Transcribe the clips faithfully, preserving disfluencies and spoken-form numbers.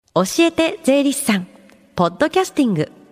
教えて税理士さんポッドキャスティング。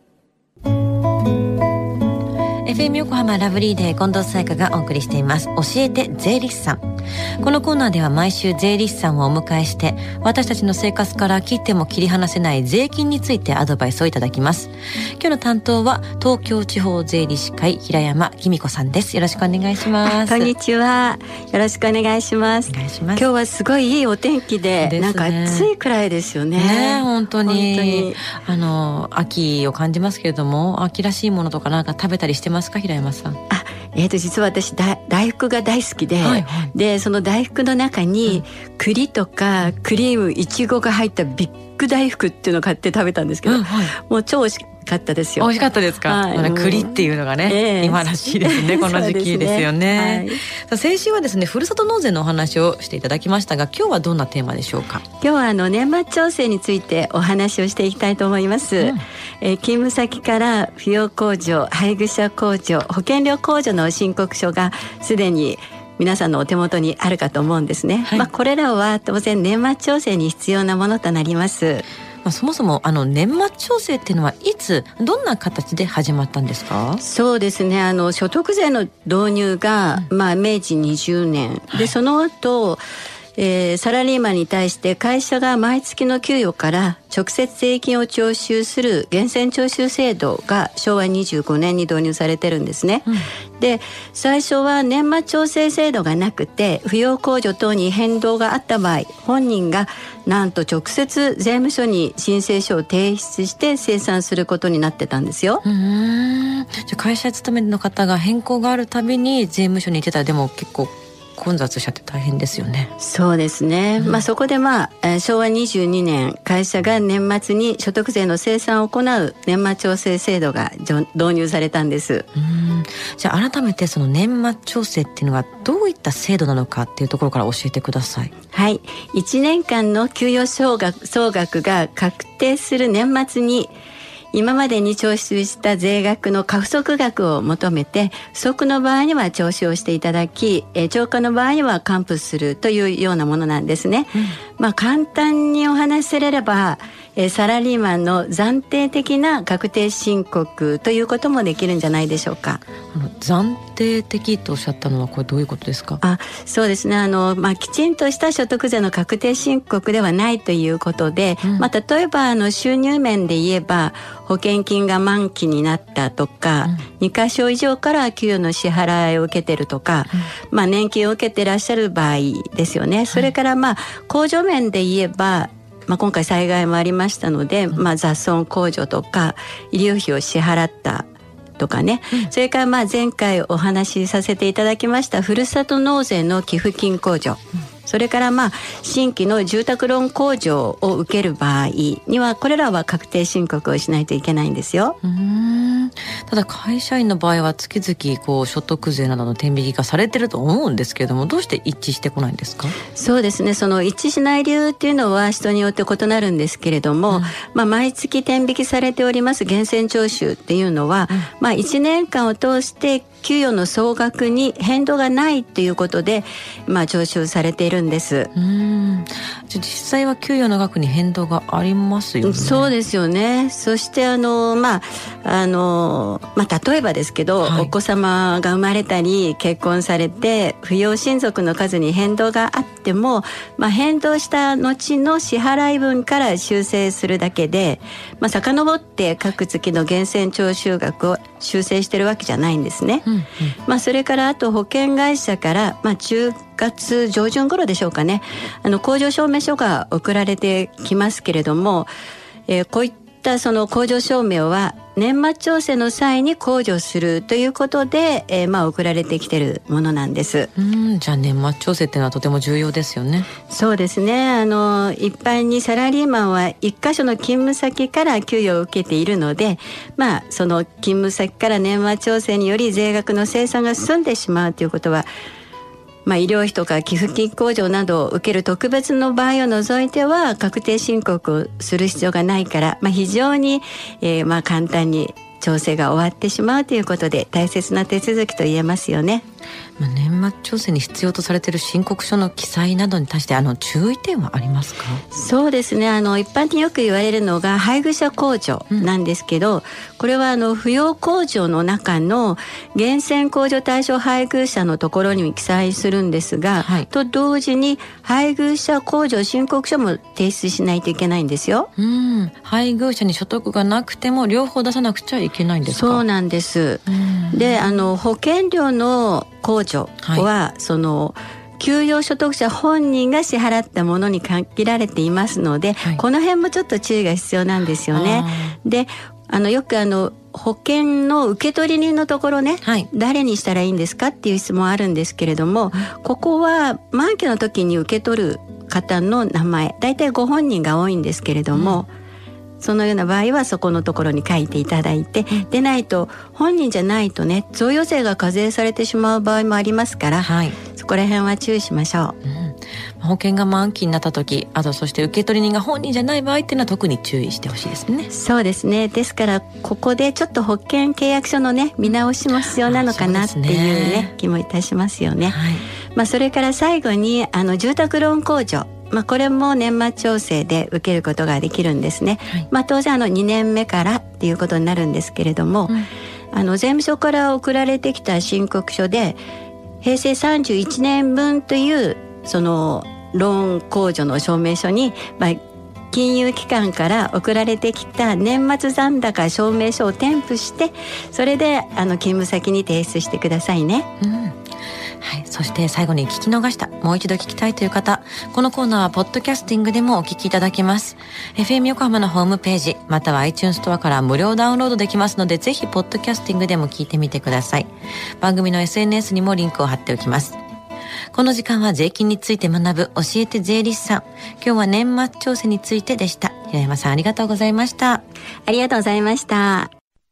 エフエム 横浜ラブリーデー近藤沙耶香がお送りしています、教えて税理士さん。このコーナーでは毎週税理士さんをお迎えして、私たちの生活から切っても切り離せない税金についてアドバイスをいただきます。今日の担当は東京地方税理士会平山紀美子さんです。よろしくお願いします。 こんにちは、よろしくお願いします。 お願いします。 今日はすごいいいお天気 で, で、ね、なんか暑いくらいですよね。 ね、本当に、本当にあの秋を感じますけれども、秋らしいものとかなんか食べたりしてますか、平山さん。 あ、えー、と実は私だ大福が大好きで、はいはい、でその大福の中に栗とかクリームいちごが入ったビッグ大福っていうのを買って食べたんですけど、うんはい、もう超美味しかったですよ。 美味しかったですか、はい、まあ、栗っていうのがね、えー、今らしいですねこの時期ですよね。はい、さあ先週はですね、ふるさと納税のお話をしていただきましたが、今日はどんなテーマでしょうか。 今日はあの年末調整についてお話をしていきたいと思います。うん、えー、勤務先から扶養控除、配偶者控除、保険料控除の申告書がすでに皆さんのお手元にあるかと思うんですね。はい、まあ、これらは当然年末調整に必要なものとなります。 まあ、そもそもあの年末調整っていうのはいつどんな形で始まったんですか。 そうですね、あの所得税の導入が、うん、まあ、明治にじゅうねんで、はい、その後えー、サラリーマンに対して会社が毎月の給与から直接税金を徴収する源泉徴収制度がしょうわにじゅうごねんに導入されてるんですね。うん、で最初は年末調整制度がなくて、扶養控除等に変動があった場合、本人がなんと直接税務署に申請書を提出して精算することになってたんですよ。 うーん、じゃあ会社勤めの方が変更があるたびに税務署に行ってたら、でも結構混雑しちゃって大変ですよね。 そうですね、うん、まあ、そこで、まあ、しょうわにじゅうにねん会社が年末に所得税の精算を行う年末調整制度が導入されたんです。 うん、じゃあ改めてその年末調整っていうのがどういった制度なのかっていうところから教えてください。 はい、いちねんかんの給与総額、総額が確定する年末に今までに徴収した税額の過不足額を求めて、不足の場合には徴収をしていただき、え超過の場合には還付するというようなものなんですね。うん、まあ、簡単にお話しされれば、えサラリーマンの暫定的な確定申告ということもできるんじゃないでしょうか。 あの暫定的とおっしゃったのはこれどういうことですか。 あ、そうですね、あの、まあ、きちんとした所得税の確定申告ではないということで、うん、まあ、例えばあの収入面で言えば保険金が満期になったとか、うん、にかしょ以上から給与の支払いを受けてるとか、うん、まあ、年金を受けてらっしゃる場合ですよね。はい、それからまあ控除面で言えば、まあ、今回災害もありましたので、うん、まあ、雑損控除とか医療費を支払ったとかね、うん、それからまあ前回お話しさせていただきましたふるさと納税の寄付金控除、うん、それからまあ新規の住宅ローン控除を受ける場合にはこれらは確定申告をしないといけないんですよ。 うーん、ただ会社員の場合は月々こう所得税などの天引きがされてると思うんですけれども、どうして一致してこないんですか。 そうですね、その一致しない理由っていうのは人によって異なるんですけれども、うん、まあ、毎月天引きされております源泉徴収っていうのは、うん、まあ、いちねんかんを通して給与の総額に変動がないということで、まあ、徴収されているんです。 うーん、じゃ実際は給与の額に変動がありますよね。 そうですよね。そしてあの、まああのまあ、例えばですけど、はい、お子様が生まれたり結婚されて扶養親族の数に変動があっても、まあ、変動した後の支払い分から修正するだけで、まあ、遡って各月の源泉徴収額を修正してるわけじゃないんですね。うんうん、まあ、それからあと保険会社から、まあ、じゅうがつ上旬頃でしょうかね、あの控除証明書が送られてきますけれども、えー、こういったその控除証明は年末調整の際に控除するということで、えー、まあ送られてきているものなんです。 うん、じゃあ年末調整っていうのはとても重要ですよね。 そうですね、あの一般にサラリーマンはいっかしょの勤務先から給与を受けているので、まあ、その勤務先から年末調整により税額の精算が進んでしまうということは、まあ、医療費とか寄付金控除などを受ける特別の場合を除いては確定申告をする必要がないから、まあ、非常に、えー、まあ簡単に調整が終わってしまうということで大切な手続きと言えますよね。 まあ、年末調整に必要とされている申告書の記載などに対してあの注意点はありますか？ そうですね、あの一般的によく言われるのが配偶者控除なんですけど、うん、これはあの扶養控除の中の源泉控除対象配偶者のところに記載するんですが、はい、と同時に配偶者控除申告書も提出しないといけないんですよ。 うん、配偶者に所得がなくても両方出さなくちゃいけないんですか？ そうなんです。で、あの保険料の控除は、はい、その給与所得者本人が支払ったものに限られていますので、はい、この辺もちょっと注意が必要なんですよね。で、あのよくあの保険の受取人のところね、はい、誰にしたらいいんですかっていう質問あるんですけれども、はい、ここは満期の時に受け取る方の名前、だいたいご本人が多いんですけれども、うん、そのような場合はそこのところに書いていただいて、うん、でないと本人じゃないとね贈与税が課税されてしまう場合もありますから、はい、そこら辺は注意しましょう。うん、 保険が満期になった時、あとそして受取人が本人じゃない場合っていうのは特に注意してほしいですね。 そうですね。ですからここでちょっと保険契約書のね見直しも必要なのかなっていうね気もいたしますよね。はい、まあ、それから最後にあの住宅ローン控除、まあ、これも年末調整で受けることができるんですね。はい、まあ、当然あのにねんめからっていうことになるんですけれども、うん、あの税務署から送られてきた申告書で平成さんじゅういちねんぶんというそのローン控除の証明書に、まあ、金融機関から送られてきた年末残高証明書を添付して、それであの勤務先に提出してくださいね。うん、はい、 そして最後に聞き逃した、もう一度聞きたいという方、このコーナーはポッドキャスティングでもお聞きいただけます。 エフエム 横浜のホームページまたは iTunes ストアから無料ダウンロードできますので、ぜひポッドキャスティングでも聞いてみてください。番組の エスエヌエス にもリンクを貼っておきます。この時間は税金について学ぶ教えて税理士さん、今日は年末調整についてでした。平山さん、ありがとうございました。 ありがとうございました。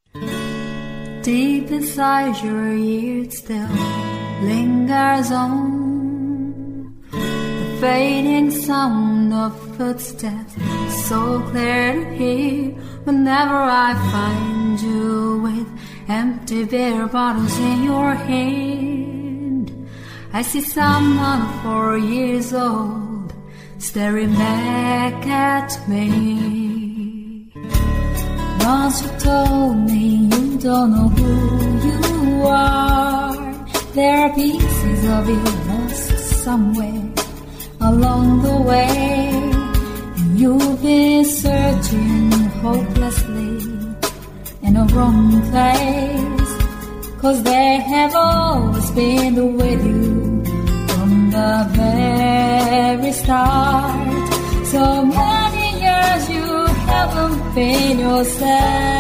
Deep inside your ear it still lingers on the fading sound of footsteps, so clear to hear whenever I find you with empty beer bottles in your hand. I see someone four years old staring back at me. Once you told me you don't know who you are. There are pieces of you lost somewhere along the way, and you've been searching hopelessly in a wrong place, 'cause they have always been with you from the very start. So many years you haven't been yourself.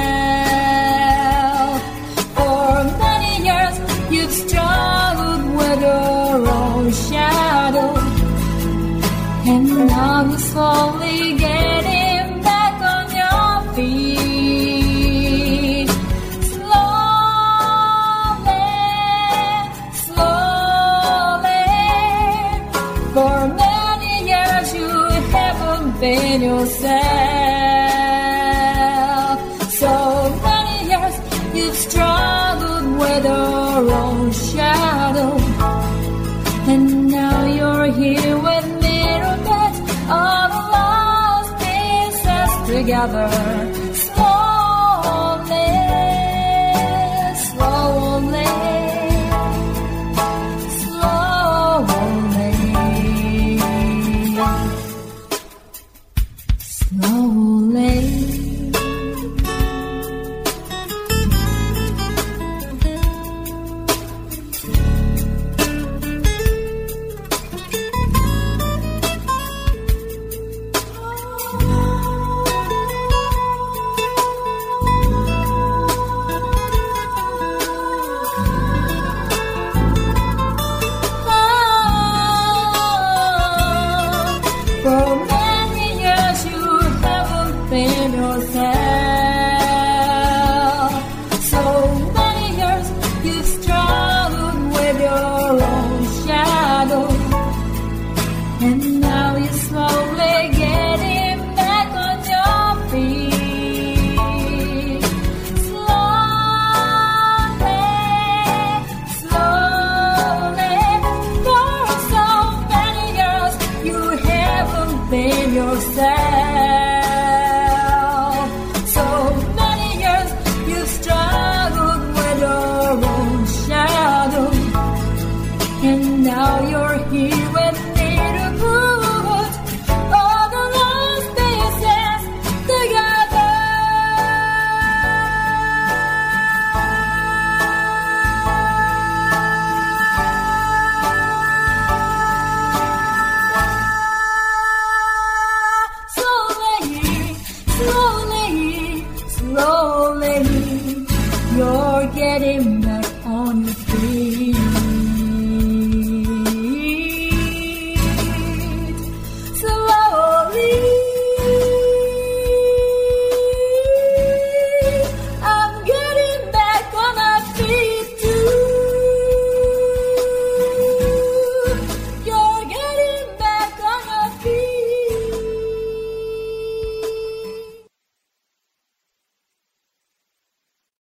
For many years you've struggled with your own shadow, and now you're slowly getting back on your feet. Slowly, slowly. For many years you haven't been yourself. So many years you've struggled with your own shadow, and now you're here with mirror beds, all the lost pieces together. Slowly, slowly, slowly, slowly. For many years you haven't already